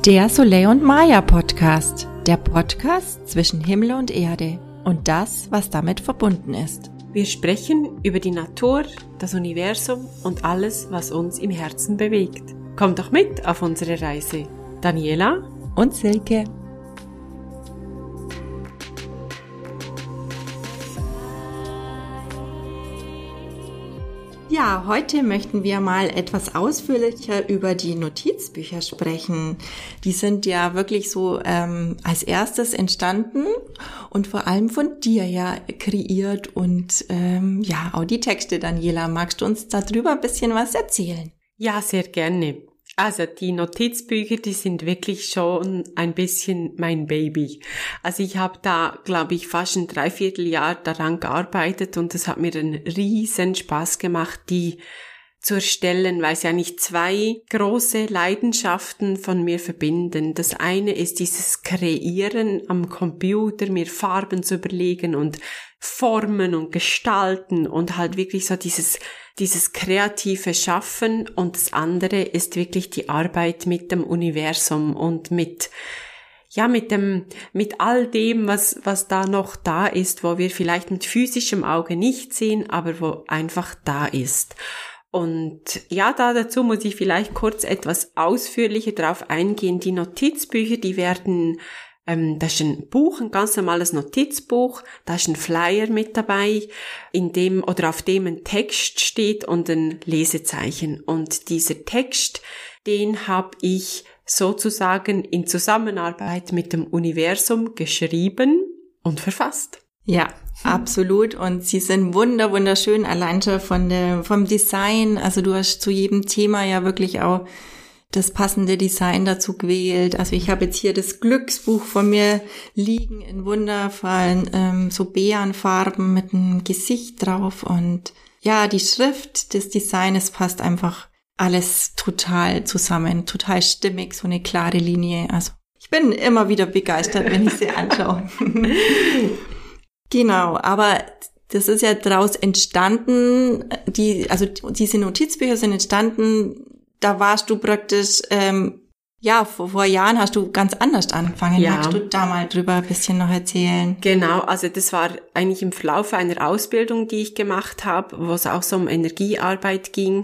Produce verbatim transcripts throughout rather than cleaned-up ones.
Der Soleil und Maya Podcast, der Podcast zwischen Himmel und Erde und das, was damit verbunden ist. Wir sprechen über die Natur, das Universum und alles, was uns im Herzen bewegt. Kommt doch mit auf unsere Reise. Daniela und Silke. Ja, heute möchten wir mal etwas ausführlicher über die Notizbücher sprechen. Die sind ja wirklich so ähm, als erstes entstanden und vor allem von dir ja kreiert und ähm, ja, auch die Texte, Daniela. Magst du uns darüber ein bisschen was erzählen? Ja, sehr gerne. Also die Notizbücher, die sind wirklich schon ein bisschen mein Baby. Also ich habe da, glaube ich, fast ein Dreivierteljahr daran gearbeitet und es hat mir einen riesen Spaß gemacht, die zu erstellen, weil sie eigentlich zwei große Leidenschaften von mir verbinden. Das eine ist dieses Kreieren am Computer, mir Farben zu überlegen und Formen und Gestalten und halt wirklich so dieses dieses kreative Schaffen, und das andere ist wirklich die Arbeit mit dem Universum und mit ja mit dem mit all dem, was was da noch da ist, wo wir vielleicht mit physischem Auge nicht sehen, aber wo einfach da ist. Und ja, da dazu muss ich vielleicht kurz etwas ausführlicher drauf eingehen. Die Notizbücher, die werden Ähm, da ist ein Buch, ein ganz normales Notizbuch, da ist ein Flyer mit dabei, in dem oder auf dem ein Text steht und ein Lesezeichen. Und dieser Text, den habe ich sozusagen in Zusammenarbeit mit dem Universum geschrieben und verfasst. Ja, absolut. Und sie sind wunder, wunderschön, allein schon von der, vom Design. Also du hast zu jedem Thema ja wirklich auch das passende Design dazu gewählt. Also ich habe jetzt hier das Glücksbuch von mir liegen in wundervollen ähm, so Beerenfarben mit einem Gesicht drauf, und ja, die Schrift des Designs passt einfach alles total zusammen, total stimmig, so eine klare Linie. Also ich bin immer wieder begeistert, wenn ich sie anschaue. Genau, aber das ist ja daraus entstanden, die, also diese Notizbücher sind entstanden. Da warst du praktisch, ähm, ja, vor, vor Jahren hast du ganz anders angefangen. Ja. Magst du da mal drüber ein bisschen noch erzählen? Genau, also das war eigentlich im Verlauf einer Ausbildung, die ich gemacht habe, wo es auch so um Energiearbeit ging,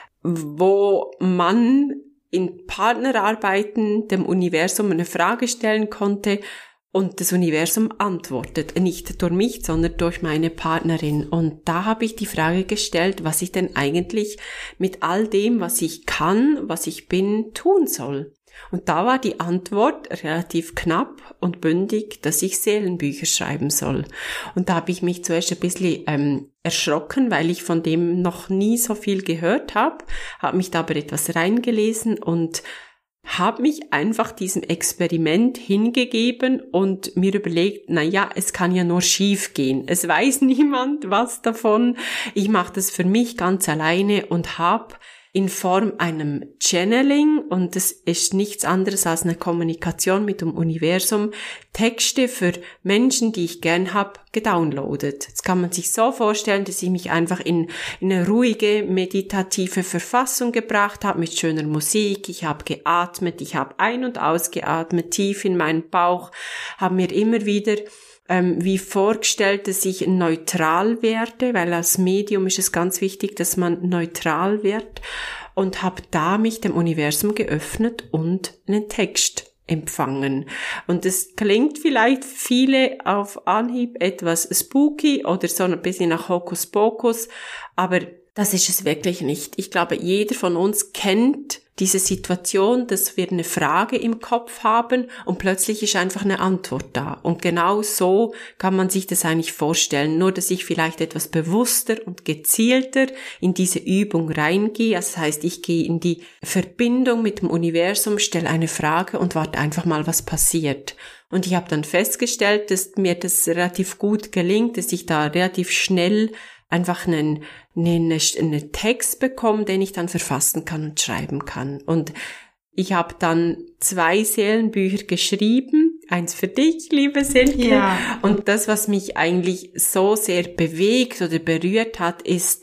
wo man in Partnerarbeiten dem Universum eine Frage stellen konnte und das Universum antwortet, nicht durch mich, sondern durch meine Partnerin. Und da habe ich die Frage gestellt, was ich denn eigentlich mit all dem, was ich kann, was ich bin, tun soll. Und da war die Antwort relativ knapp und bündig, dass ich Seelenbücher schreiben soll. Und da habe ich mich zuerst ein bisschen ähm, erschrocken, weil ich von dem noch nie so viel gehört habe, habe mich da aber etwas reingelesen und habe mich einfach diesem Experiment hingegeben und mir überlegt, na ja, es kann ja nur schief gehen. Es weiß niemand was davon. Ich mache das für mich ganz alleine und habe in Form einem Channeling, und das ist nichts anderes als eine Kommunikation mit dem Universum, Texte für Menschen, die ich gern habe, gedownloadet. Jetzt kann man sich so vorstellen, dass ich mich einfach in, in eine ruhige, meditative Verfassung gebracht habe, mit schöner Musik. Ich habe geatmet, ich habe ein- und ausgeatmet, tief in meinen Bauch, habe mir immer wieder Ähm, wie vorgestellt, dass ich neutral werde, weil als Medium ist es ganz wichtig, dass man neutral wird, und habe da mich dem Universum geöffnet und einen Text empfangen. Und es klingt vielleicht viele auf Anhieb etwas spooky oder so ein bisschen nach Hokuspokus, aber das ist es wirklich nicht. Ich glaube, jeder von uns kennt diese Situation, dass wir eine Frage im Kopf haben und plötzlich ist einfach eine Antwort da. Und genau so kann man sich das eigentlich vorstellen. Nur, dass ich vielleicht etwas bewusster und gezielter in diese Übung reingehe. Also das heißt, ich gehe in die Verbindung mit dem Universum, stelle eine Frage und warte einfach mal, was passiert. Und ich habe dann festgestellt, dass mir das relativ gut gelingt, dass ich da relativ schnell einfach einen, einen, einen Text bekomme, den ich dann verfassen kann und schreiben kann. Und ich habe dann zwei Seelenbücher geschrieben, eins für dich, liebe Silke. Ja. Und das, was mich eigentlich so sehr bewegt oder berührt hat, ist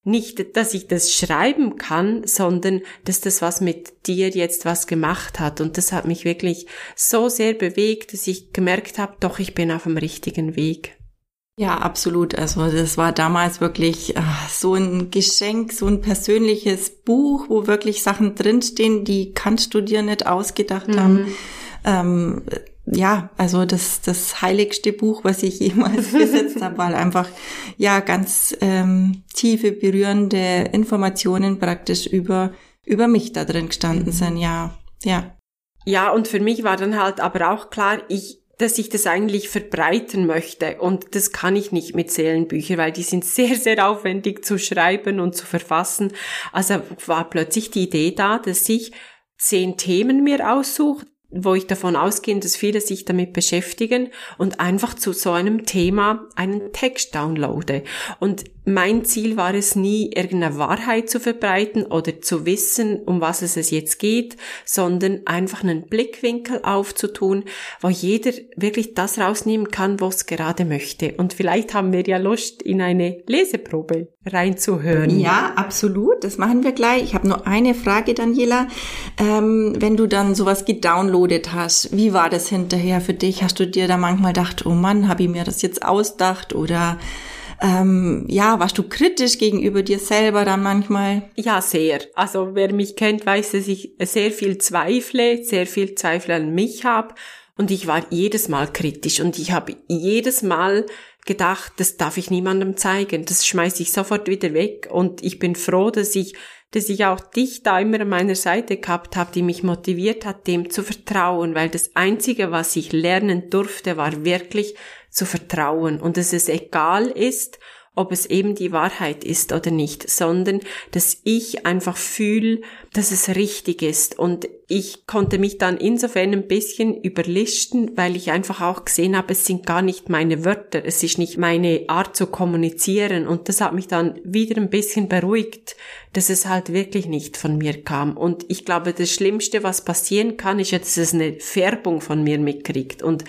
nicht, dass ich das schreiben kann, sondern dass das was mit dir jetzt was gemacht hat. Und das hat mich wirklich so sehr bewegt, dass ich gemerkt habe, doch, ich bin auf dem richtigen Weg. Ja, absolut. Also das war damals wirklich ach, so ein Geschenk, so ein persönliches Buch, wo wirklich Sachen drinstehen, die kannst du dir nicht ausgedacht mhm. haben. Ähm, ja, also das das heiligste Buch, was ich jemals besitzt habe, weil einfach ja ganz ähm, tiefe, berührende Informationen praktisch über über mich da drin gestanden mhm. sind. Ja, ja. Ja, und für mich war dann halt aber auch klar, ich dass ich das eigentlich verbreiten möchte. Und das kann ich nicht mit Seelenbüchern, weil die sind sehr, sehr aufwendig zu schreiben und zu verfassen. Also war plötzlich die Idee da, dass ich zehn Themen mir aussuche, wo ich davon ausgehe, dass viele sich damit beschäftigen und einfach zu so einem Thema einen Text downloade. Und mein Ziel war es nie, irgendeine Wahrheit zu verbreiten oder zu wissen, um was es jetzt geht, sondern einfach einen Blickwinkel aufzutun, wo jeder wirklich das rausnehmen kann, was es gerade möchte. Und vielleicht haben wir ja Lust, in eine Leseprobe reinzuhören. Ja, absolut. Das machen wir gleich. Ich habe nur eine Frage, Daniela. Ähm, wenn du dann sowas gedownloadet hast, wie war das hinterher für dich? Hast du dir da manchmal gedacht, oh Mann, habe ich mir das jetzt ausgedacht? Oder ähm, ja, warst du kritisch gegenüber dir selber dann manchmal? Ja, sehr. Also wer mich kennt, weiß, dass ich sehr viel zweifle, sehr viel Zweifel an mich habe. Und ich war jedes Mal kritisch und ich habe jedes Mal gedacht, das darf ich niemandem zeigen, das schmeiße ich sofort wieder weg. Und ich bin froh, dass ich dass ich auch dich da immer an meiner Seite gehabt habe, die mich motiviert hat, dem zu vertrauen, weil das Einzige, was ich lernen durfte, war wirklich zu vertrauen und dass es egal ist, ob es eben die Wahrheit ist oder nicht, sondern dass ich einfach fühle, dass es richtig ist. Und ich konnte mich dann insofern ein bisschen überlisten, weil ich einfach auch gesehen habe, es sind gar nicht meine Wörter, es ist nicht meine Art zu kommunizieren. Und das hat mich dann wieder ein bisschen beruhigt, dass es halt wirklich nicht von mir kam. Und ich glaube, das Schlimmste, was passieren kann, ist, dass es eine Färbung von mir mitkriegt. Und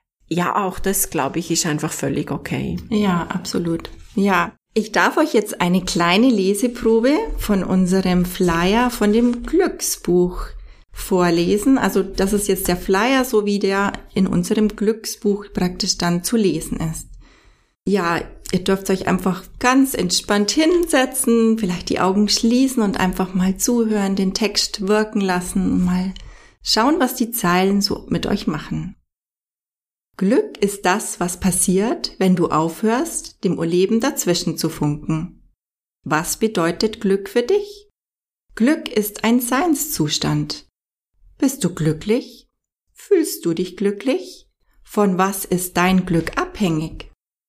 ja, auch das, glaube ich, ist einfach völlig okay. Ja, absolut. Ja, ich darf euch jetzt eine kleine Leseprobe von unserem Flyer, von dem Glücksbuch vorlesen. Also das ist jetzt der Flyer, so wie der in unserem Glücksbuch praktisch dann zu lesen ist. Ja, ihr dürft euch einfach ganz entspannt hinsetzen, vielleicht die Augen schließen und einfach mal zuhören, den Text wirken lassen und mal schauen, was die Zeilen so mit euch machen. Glück ist das, was passiert, wenn du aufhörst, dem Leben dazwischen zu funken. Was bedeutet Glück für dich? Glück ist ein Seinszustand. Bist du glücklich? Fühlst du dich glücklich? Von was ist dein Glück abhängig?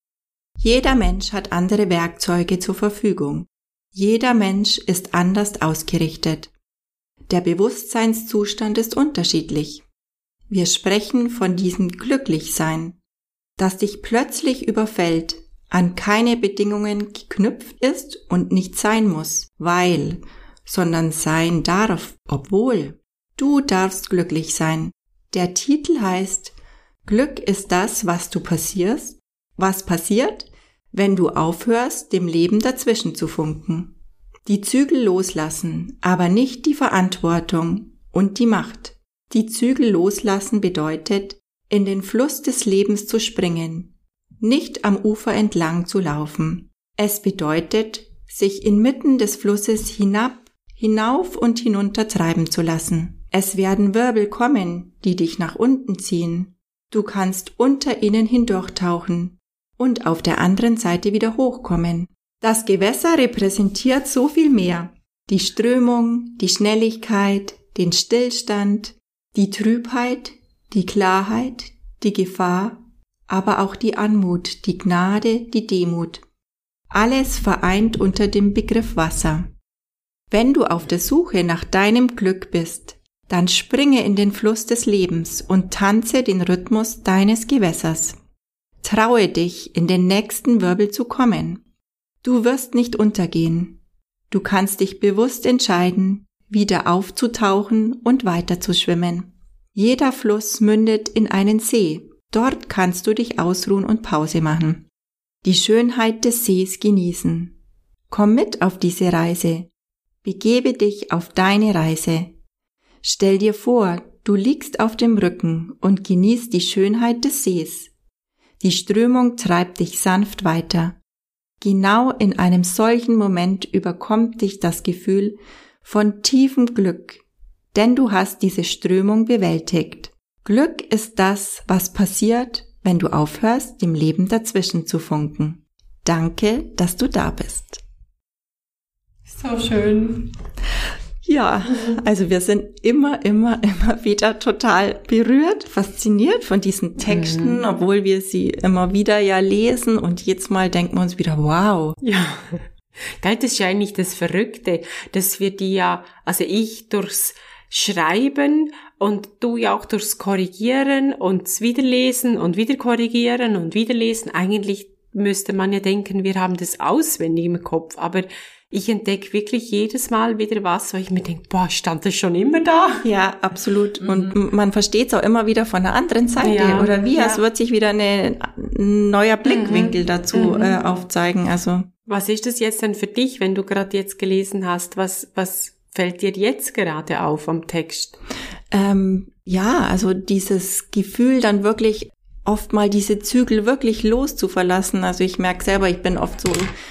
Jeder Mensch hat andere Werkzeuge zur Verfügung. Jeder Mensch ist anders ausgerichtet. Der Bewusstseinszustand ist unterschiedlich. Wir sprechen von diesem Glücklichsein, das dich plötzlich überfällt, an keine Bedingungen geknüpft ist und nicht sein muss, weil, sondern sein darf, obwohl. Du darfst glücklich sein. Der Titel heißt Glück ist das, was du passierst, was passiert, wenn du aufhörst, dem Leben dazwischen zu funken. Die Zügel loslassen, aber nicht die Verantwortung und die Macht. Die Zügel loslassen bedeutet, in den Fluss des Lebens zu springen, nicht am Ufer entlang zu laufen. Es bedeutet, sich inmitten des Flusses hinab, hinauf und hinunter treiben zu lassen. Es werden Wirbel kommen, die dich nach unten ziehen. Du kannst unter ihnen hindurchtauchen und auf der anderen Seite wieder hochkommen. Das Gewässer repräsentiert so viel mehr. Die Strömung, die Schnelligkeit, den Stillstand, die Trübheit, die Klarheit, die Gefahr, aber auch die Anmut, die Gnade, die Demut. Alles vereint unter dem Begriff Wasser. Wenn du auf der Suche nach deinem Glück bist, dann springe in den Fluss des Lebens und tanze den Rhythmus deines Gewässers. Traue dich, in den nächsten Wirbel zu kommen. Du wirst nicht untergehen. Du kannst dich bewusst entscheiden, wieder aufzutauchen und weiter zu schwimmen. Jeder Fluss mündet in einen See. Dort kannst du dich ausruhen und Pause machen. Die Schönheit des Sees genießen. Komm mit auf diese Reise. Begebe dich auf deine Reise. Stell dir vor, du liegst auf dem Rücken und genießt die Schönheit des Sees. Die Strömung treibt dich sanft weiter. Genau in einem solchen Moment überkommt dich das Gefühl von tiefem Glück, denn du hast diese Strömung bewältigt. Glück ist das, was passiert, wenn du aufhörst, dem Leben dazwischen zu funken. Danke, dass du da bist. So schön. Ja, also wir sind immer, immer, immer wieder total berührt, fasziniert von diesen Texten, mhm. obwohl wir sie immer wieder ja lesen und jedes Mal denken wir uns wieder, wow. Ja, das ist ja eigentlich das Verrückte, dass wir die ja, also ich durchs Schreiben und du ja auch durchs Korrigieren und Wiederlesen und wieder korrigieren und wiederlesen, eigentlich müsste man ja denken, wir haben das auswendig im Kopf, aber ich entdecke wirklich jedes Mal wieder was, wo ich mir denke, boah, stand das schon immer da? Ja, absolut. Mhm. Und man versteht es auch immer wieder von der anderen Seite. Ja, oder wie, ja. es wird sich wieder eine, ein neuer Blickwinkel mhm. dazu mhm. Äh, aufzeigen. Also was ist das jetzt denn für dich, wenn du gerade jetzt gelesen hast? Was, was fällt dir jetzt gerade auf am Text? Ähm, ja, also dieses Gefühl dann wirklich oft mal diese Zügel wirklich loszuverlassen. Also ich merke selber, ich bin oft so,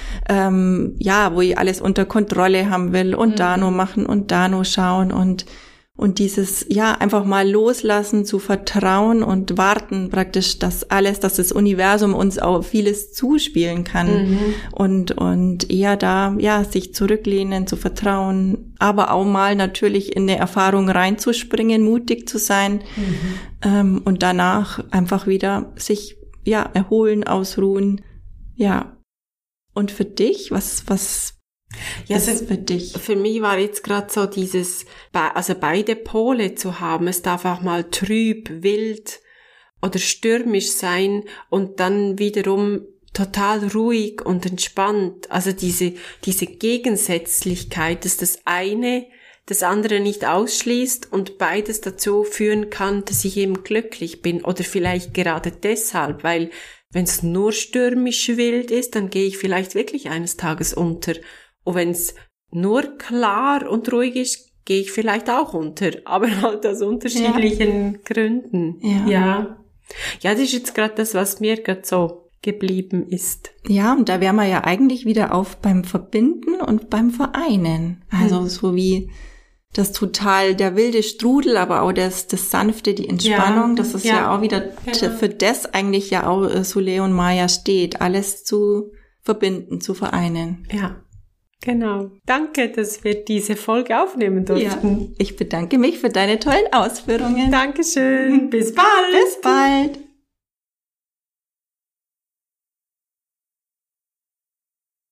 ähm, ja, wo ich alles unter Kontrolle haben will und mhm. da nur machen und da nur schauen und und dieses, ja, einfach mal loslassen, zu vertrauen und warten praktisch, dass alles, dass das Universum uns auch vieles zuspielen kann mhm. und und eher da, ja, sich zurücklehnen, zu vertrauen, aber auch mal natürlich in eine Erfahrung reinzuspringen, mutig zu sein mhm. ähm, und danach einfach wieder sich, ja, erholen, ausruhen, ja. Und für dich, was, was ja, ist es für dich? Für mich war jetzt gerade so dieses, also beide Pole zu haben. Es darf auch mal trüb, wild oder stürmisch sein und dann wiederum total ruhig und entspannt. Also diese, diese Gegensätzlichkeit, dass das eine das andere nicht ausschließt und beides dazu führen kann, dass ich eben glücklich bin oder vielleicht gerade deshalb, weil wenn es nur stürmisch wild ist, dann gehe ich vielleicht wirklich eines Tages unter. Und wenn es nur klar und ruhig ist, gehe ich vielleicht auch unter, aber halt aus unterschiedlichen ja. Gründen. Ja. ja, ja, das ist jetzt gerade das, was mir gerade so geblieben ist. Ja, und da wären wir ja eigentlich wieder auf beim Verbinden und beim Vereinen. Also hm. so wie das total, der wilde Strudel, aber auch das, das sanfte, die Entspannung, ja, das ist ja, ja auch wieder genau. für das eigentlich ja auch Soleil und Maya steht, alles zu verbinden, zu vereinen. Ja, genau. Danke, dass wir diese Folge aufnehmen durften. Ja, ich bedanke mich für deine tollen Ausführungen. Dankeschön. Bis bald. Bis bald.